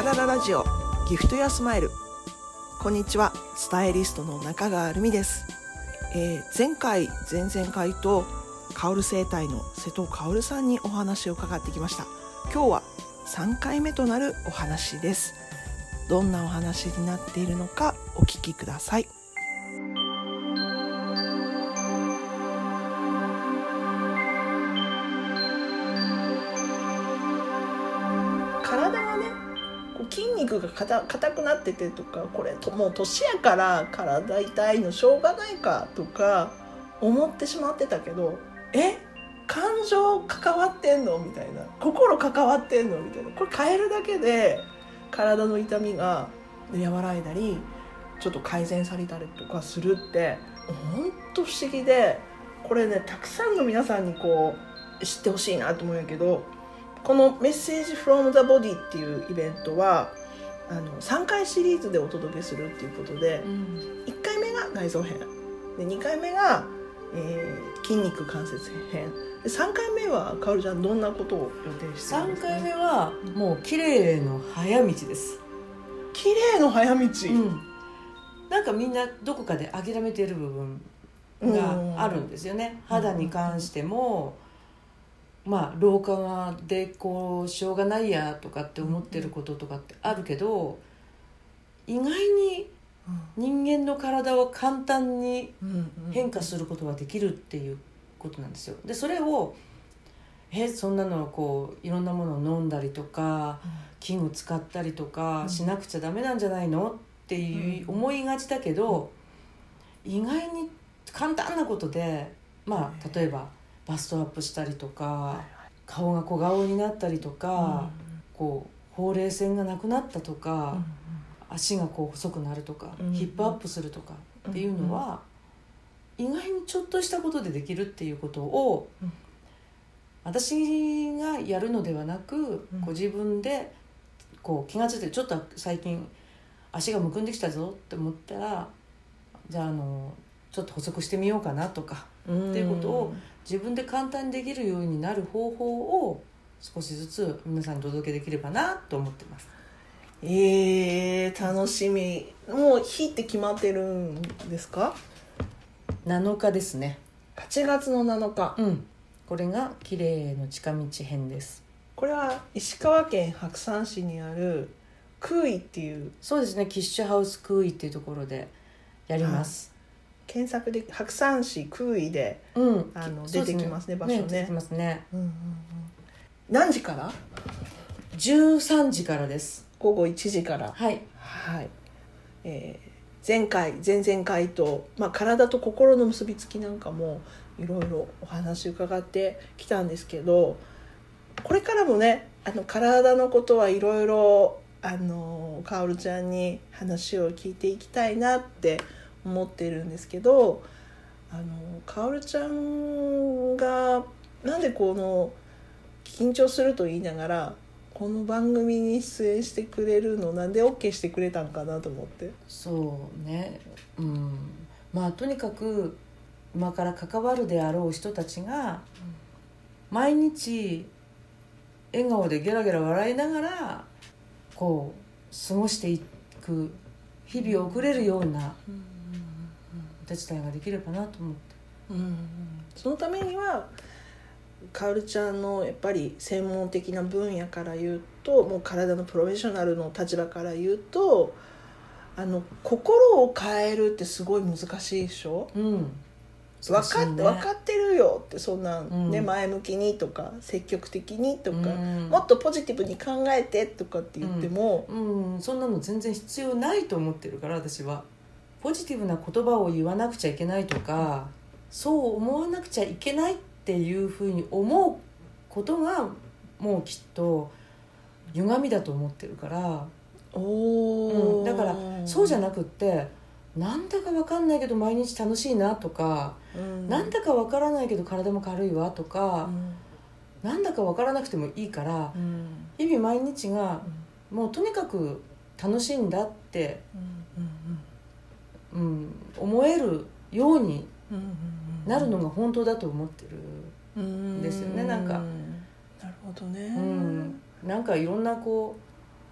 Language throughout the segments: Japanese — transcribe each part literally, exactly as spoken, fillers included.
ララララジオギフトやスマイル。こんにちは、スタイリストの中川るみです。えー、前回前々回とカオル生態の瀬戸カオルさんにお話を伺ってきました。今日はさんかいめとなるお話です。どんなお話になっているのかお聞きください。体がね、こう筋肉が硬くなっててとか、これともう年やから体痛いのしょうがないかとか思ってしまってたけど、え感情関わってんのみたいな、心関わってんのみたいな、これ変えるだけで体の痛みが和らいだりちょっと改善されたりとかするってほんと不思議で、これねたくさんの皆さんにこう知ってほしいなと思うんやけど、このメッセージ from the body っていうイベントはあのさんかいシリーズでお届けするっていうことで、うん、いっかいめが内臓編でにかいめが、えー、筋肉関節編でさんかいめはかおるちゃんどんなことを予定してるんですか？ さんかいめはもう綺麗の早道です。 綺麗の早道、うん、 なんかみんなどこかで諦めている部分があるんですよね、うん、肌に関しても、まあ老化でこうしょうがないやとかって思ってることとかってあるけど、意外に人間の体は簡単に変化することができるっていうことなんですよ。でそれをえそんなのこういろんなものを飲んだりとか、器具使ったりとかしなくちゃダメなんじゃないのっていう思いがちだけど、意外に簡単なことで、まあ例えばバストアップしたりとか、顔が小顔になったりとか、こうほうれい線がなくなったとか、足がこう細くなるとか、ヒップアップするとかっていうのは、意外にちょっとしたことでできるっていうことを、私がやるのではなく、こう自分でこう気がついて、ちょっと最近足がむくんできたぞって思ったら、じゃあ、あのちょっと細くしてみようかなとかっていうことを自分で簡単にできるようになる方法を少しずつ皆さんにお届けできればなと思ってます。 えー、楽しみ。もう日って決まってるんですか？ なのかですね。 はちがつのなのか、 うん、これが綺麗の近道編です。 これは石川県白山市にある空位っていう、 そうですね、キッシュハウス空位っていうところでやります。 検索で白山市空位で、うん、あの出てきますね、場所ね。 出てきますね、うんうんうん、 何時から？ じゅうさんじからです。 午後いちじから。 はい、 はい。えー、前回前々回と、まあ、体と心の結びつきなんかもいろいろお話伺ってきたんですけど、これからもね、あの体のことはいろいろあのかおるちゃんに話を聞いていきたいなって思ってるんですけど、あのかおるちゃんがなんでこの緊張すると言いながらこの番組に出演してくれるのなんで OK してくれたんかなと思って。 そうね、うん、まあとにかく今から関わるであろう人たちが毎日笑顔でゲラゲラ笑いながらこう過ごしていく日々を送れるようなお手伝いができればなと思って、 うんうん、そのためにはかおるちゃんのやっぱり専門的な分野から言うと、もう体のプロフェッショナルの立場から言うと、あの心を変えるってすごい難しいでしょ、うん、分かって、分かってるよって、そんな、ね、うん、前向きにとか積極的にとか、うん、もっとポジティブに考えてとかって言っても、 うんうん、そんなの全然必要ないと思ってるから、私はポジティブな言葉を言わなくちゃいけないとか、そう思わなくちゃいけないっていうふうに思うことがもうきっと歪みだと思ってるから、お、うん、だからそうじゃなくって、なんだか分かんないけど毎日楽しいなとか、うん、なんだか分からないけど体も軽いわとか、うん、なんだか分からなくてもいいから、うん、日々毎日がもうとにかく楽しいんだって、うんうんうん、思えるようになるのが本当だと思ってるんですよね。なんかなるほどね、 うん、なんかいろんなこう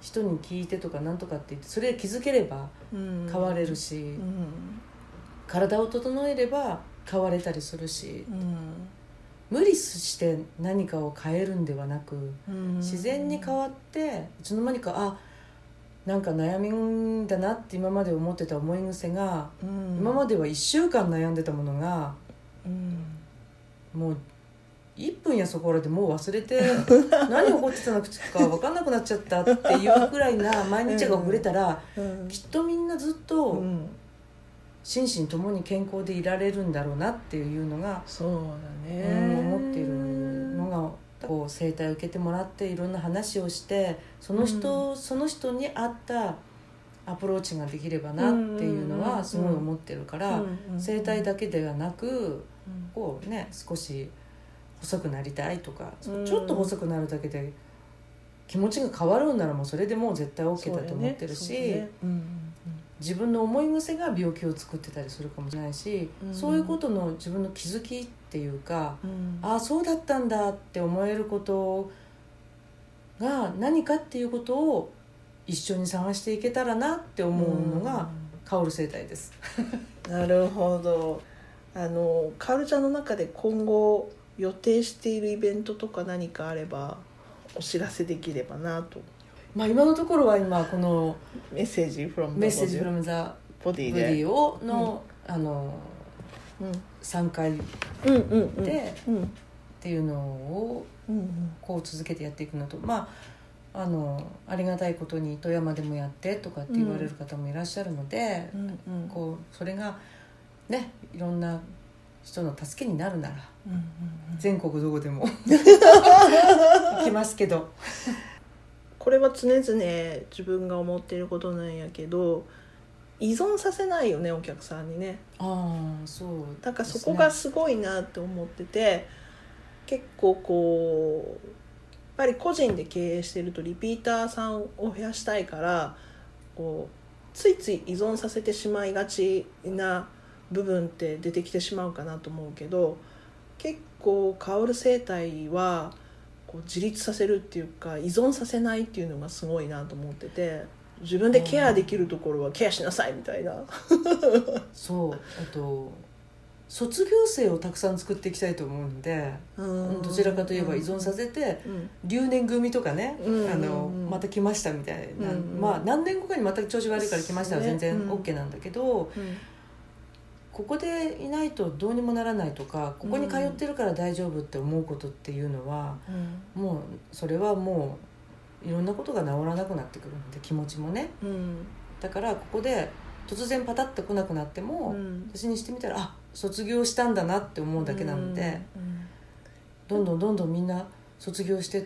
人に聞いてとかなんとかって言ってそれで気づければ変われるし、 うん体を整えれば変われたりするし、 うん、 無理して何かを変えるんではなく、 うん、 自然に変わっていつの間にかあなんか悩みんだなって今まで思ってた思い癖が、 うん、 今まではいっしゅうかん悩んでたものが、 うん、 もういっぷんやそこらでもう忘れて何起こってたのか分かんなくなっちゃったっていうくらいな毎日が遅れたら、 うんうん、 きっとみんなずっと、 うん心身ともに健康でいられるんだろうなっていうのがそうだね、 うん、思っているのがこう整体を受けてもらっていろんな話をしてその人、うん、その人に合ったアプローチができればなっていうのはすごい思ってるから、整体だけではなくこうね少し細くなりたいとか、うん、ちょっと細くなるだけで気持ちが変わるんならもうそれでもう絶対 OK だと思ってるし、自分の思い癖が病気を作ってたりするかもしれないし、うん、そういうことの自分の気づきっていうか、うん、ああそうだったんだって思えることが何かっていうことを一緒に探していけたらなって思うのがカオル生態です。 なるほど。あのカオルちゃんの中で今後予定しているイベントとか何かあればお知らせできればなと。 まあ、今のところは今このメッセージ from メッセージ from the body をの、うん、あの、うん、さんかいで、うんうんうん、っていうのをこう続けてやっていくのと、まああのありがたいことに富山でもやってとかって言われる方もいらっしゃるので、うんうん、こうそれがねいろんな人の助けになるなら、うんうんうん、全国どこでも行きますけど。 これは常々自分が思っていることなんやけど依存させないよねお客さんにね。 あそうですね。 だからそこがすごいなって思ってて、結構こうやっぱり個人で経営してるとリピーターさんを増やしたいからこうついつい依存させてしまいがちな部分って出てきてしまうかなと思うけど、結構カオル生態は自立させるっていうか依存させないっていうのがすごいなと思ってて、自分でケアできるところはケアしなさいみたいなそうあと卒業生をたくさん作っていきたいと思うので、どちらかといえば依存させて、うん、留年組とかね、うん、あのまた来ましたみたいな、うん、まあ何年後かにまた調子悪いから来ましたら全然 OK なんだけど、うんうんここでいないとどうにもならないとかここに通ってるから大丈夫って思うことっていうのは、うん、もうそれはもういろんなことが治らなくなってくるので気持ちもね、うん、だからここで突然パタッと来なくなっても、うん、私にしてみたらあ卒業したんだなって思うだけなので、うんうん、どんどんどんどんみんな卒業してって、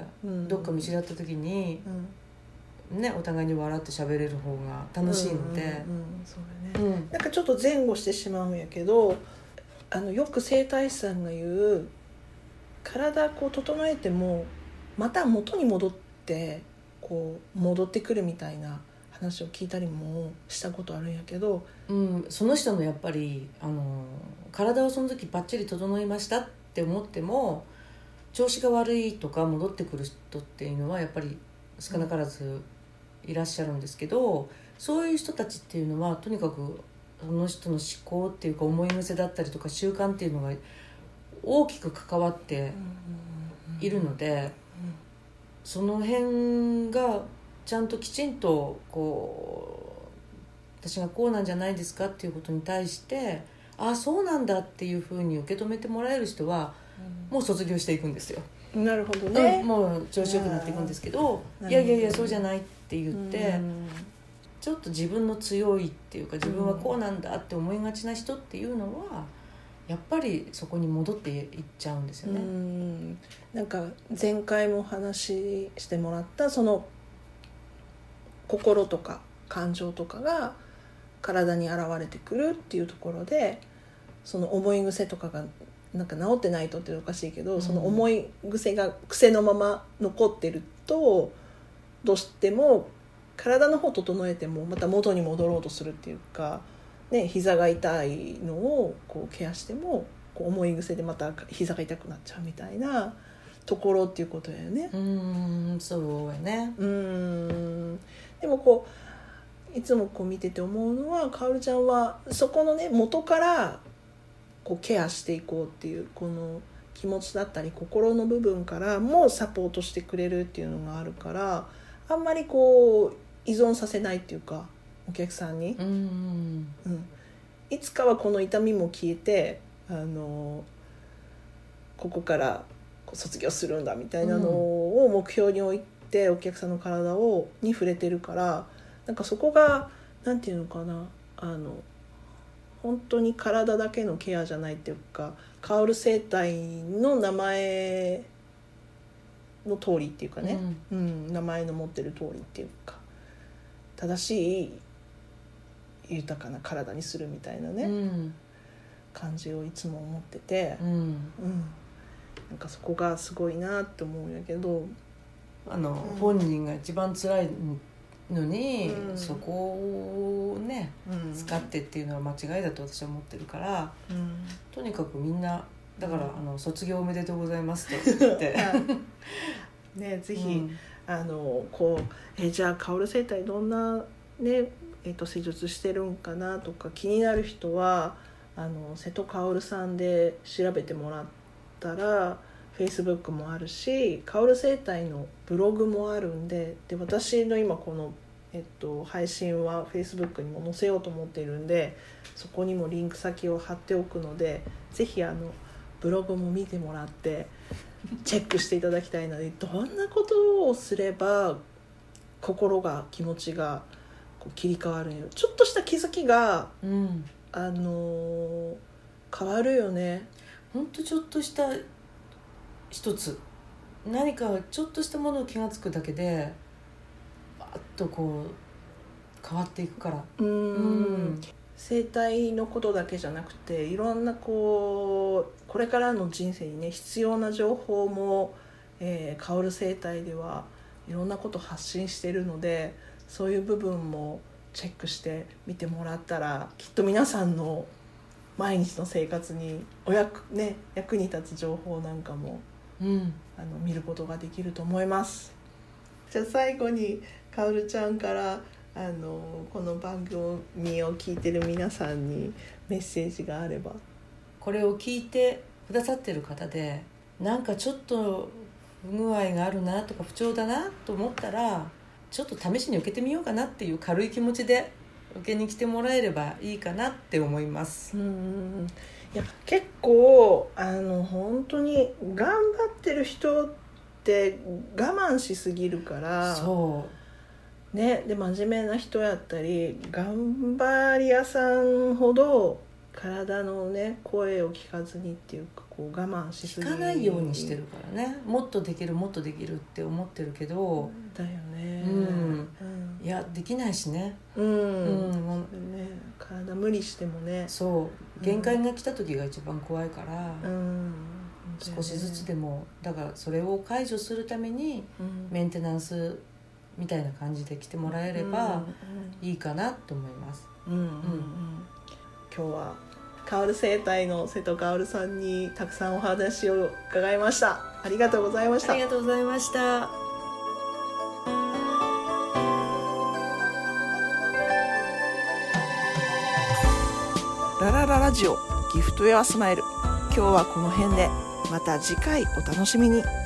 うん、どっか見知らった時に、うんね、お互いに笑って喋れる方が楽しいので、うんうんうん、 そうだね、うん、なんかちょっと前後してしまうんやけどあのよく整体師さんが言う体こう整えてもまた元に戻ってこう戻ってくるみたいな話を聞いたりもしたことあるんやけど、 うん、その人のやっぱりあの体をその時バッチリ整いましたって思っても調子が悪いとか戻ってくる人っていうのはやっぱり少なからず、うんいらっしゃるんですけど、そういう人たちっていうのはとにかくその人の思考っていうか思い癖だったりとか習慣っていうのが大きく関わっているので、その辺がちゃんときちんとこう私がこうなんじゃないですかっていうことに対してああそうなんだっていうふうに受け止めてもらえる人はもう卒業していくんですよ。 なるほどね、 うん、もう調子よくなっていくんですけど、いやいやいやそうじゃないって言って、ちょっと自分の強いっていうか自分はこうなんだって思いがちな人っていうのはやっぱりそこに戻っていっちゃうんですよね。 うんなんか前回もお話ししてもらったその心とか感情とかが体に現れてくるっていうところでその思い癖とかがなんか治ってないとっておかしいけど、うん、その思い癖が癖のまま残ってるとどうしても体の方整えてもまた元に戻ろうとするっていうか、ね、膝が痛いのをこうケアしてもこう思い癖でまた膝が痛くなっちゃうみたいなところっていうことだよね。 うーんそうやね。 うーんでもこういつもこう見てて思うのは、かおるちゃんはそこのね元からこうケアしていこうっていうこの気持ちだったり心の部分からもサポートしてくれるっていうのがあるから、あんまりこう依存させないっていうか、お客さんに、 うん、 うん、いつかはこの痛みも消えて、あのここから卒業するんだみたいなのを目標に置いてお客さんの体をに触れてるから、なんかそこがなんていうのかな、あの本当に体だけのケアじゃないっていうか、カオル生態の名前の通りっていうかね、うんうん、名前の持ってる通りっていうか、正しい豊かな体にするみたいなね、 うん、 感じをいつも思ってて、 うんうん、なんかそこがすごいなって思うんやけど、 あの、 うん、 本人が一番辛いのに、 うん、 そこをね、 うん、 使ってっていうのは間違いだと私は思ってるから、 うん、 とにかくみんなだから、うん、あの卒業おめでとうございますと言ってね、ぜひ、 うん、 あのこうえじゃあカオル生態どんな、ねえー、と施術してるんかなとか気になる人は、あの瀬戸カオルさんで調べてもらったら Facebook もあるし、カオル生態のブログもあるんで、で私の今この、えっと、配信は Facebook にも載せようと思っているんで、そこにもリンク先を貼っておくので、ぜひあのブログも見てもらってチェックしていただきたいので、どんなことをすれば心が気持ちがこう切り替わるのよ、ちょっとした気づきが、 うん、 あのー、変わるよね。 ほんとちょっとした一つ何かちょっとしたものを気がつくだけでバッとこう変わっていくから。 うーん、 うん、 生態のことだけじゃなくて、いろんなこうこれからの人生にね必要な情報も、えー、カオル生態ではいろんなこと発信してるので、そういう部分もチェックしてみてもらったら、きっと皆さんの毎日の生活にお役、ね、役に立つ情報なんかも、 うん、 あの見ることができると思います。じゃあ最後にかおるちゃんからあのこの番組を聞いてる皆さんにメッセージがあれば。 これを聞いてくださってる方で、なんかちょっと不具合があるなとか不調だなと思ったら、ちょっと試しに受けてみようかなっていう軽い気持ちで受けに来てもらえればいいかなって思います。 うん、いや結構あの本当に頑張ってる人って我慢しすぎるから、 そうね、で真面目な人やったり頑張り屋さんほど体のね声を聞かずにっていうか、こう我慢しすぎ聞かないようにしてるからね。もっとできるもっとできるって思ってるけど、 だよね、 うんうんいやできないしね、 うんうんもうね、体無理してもね、 そう限界が来た時が一番怖いから、 うん、 少しずつでもだからそれを解除するためにメンテナンスみたいな感じで来てもらえればいいかなと思います。 うんうんうんうん、今日はカオル生態の瀬戸カオルさんにたくさんお話を伺いました。ありがとうございました。 ありがとうございました。 ララララジオギフトやスマイル、今日はこの辺で、また次回お楽しみに。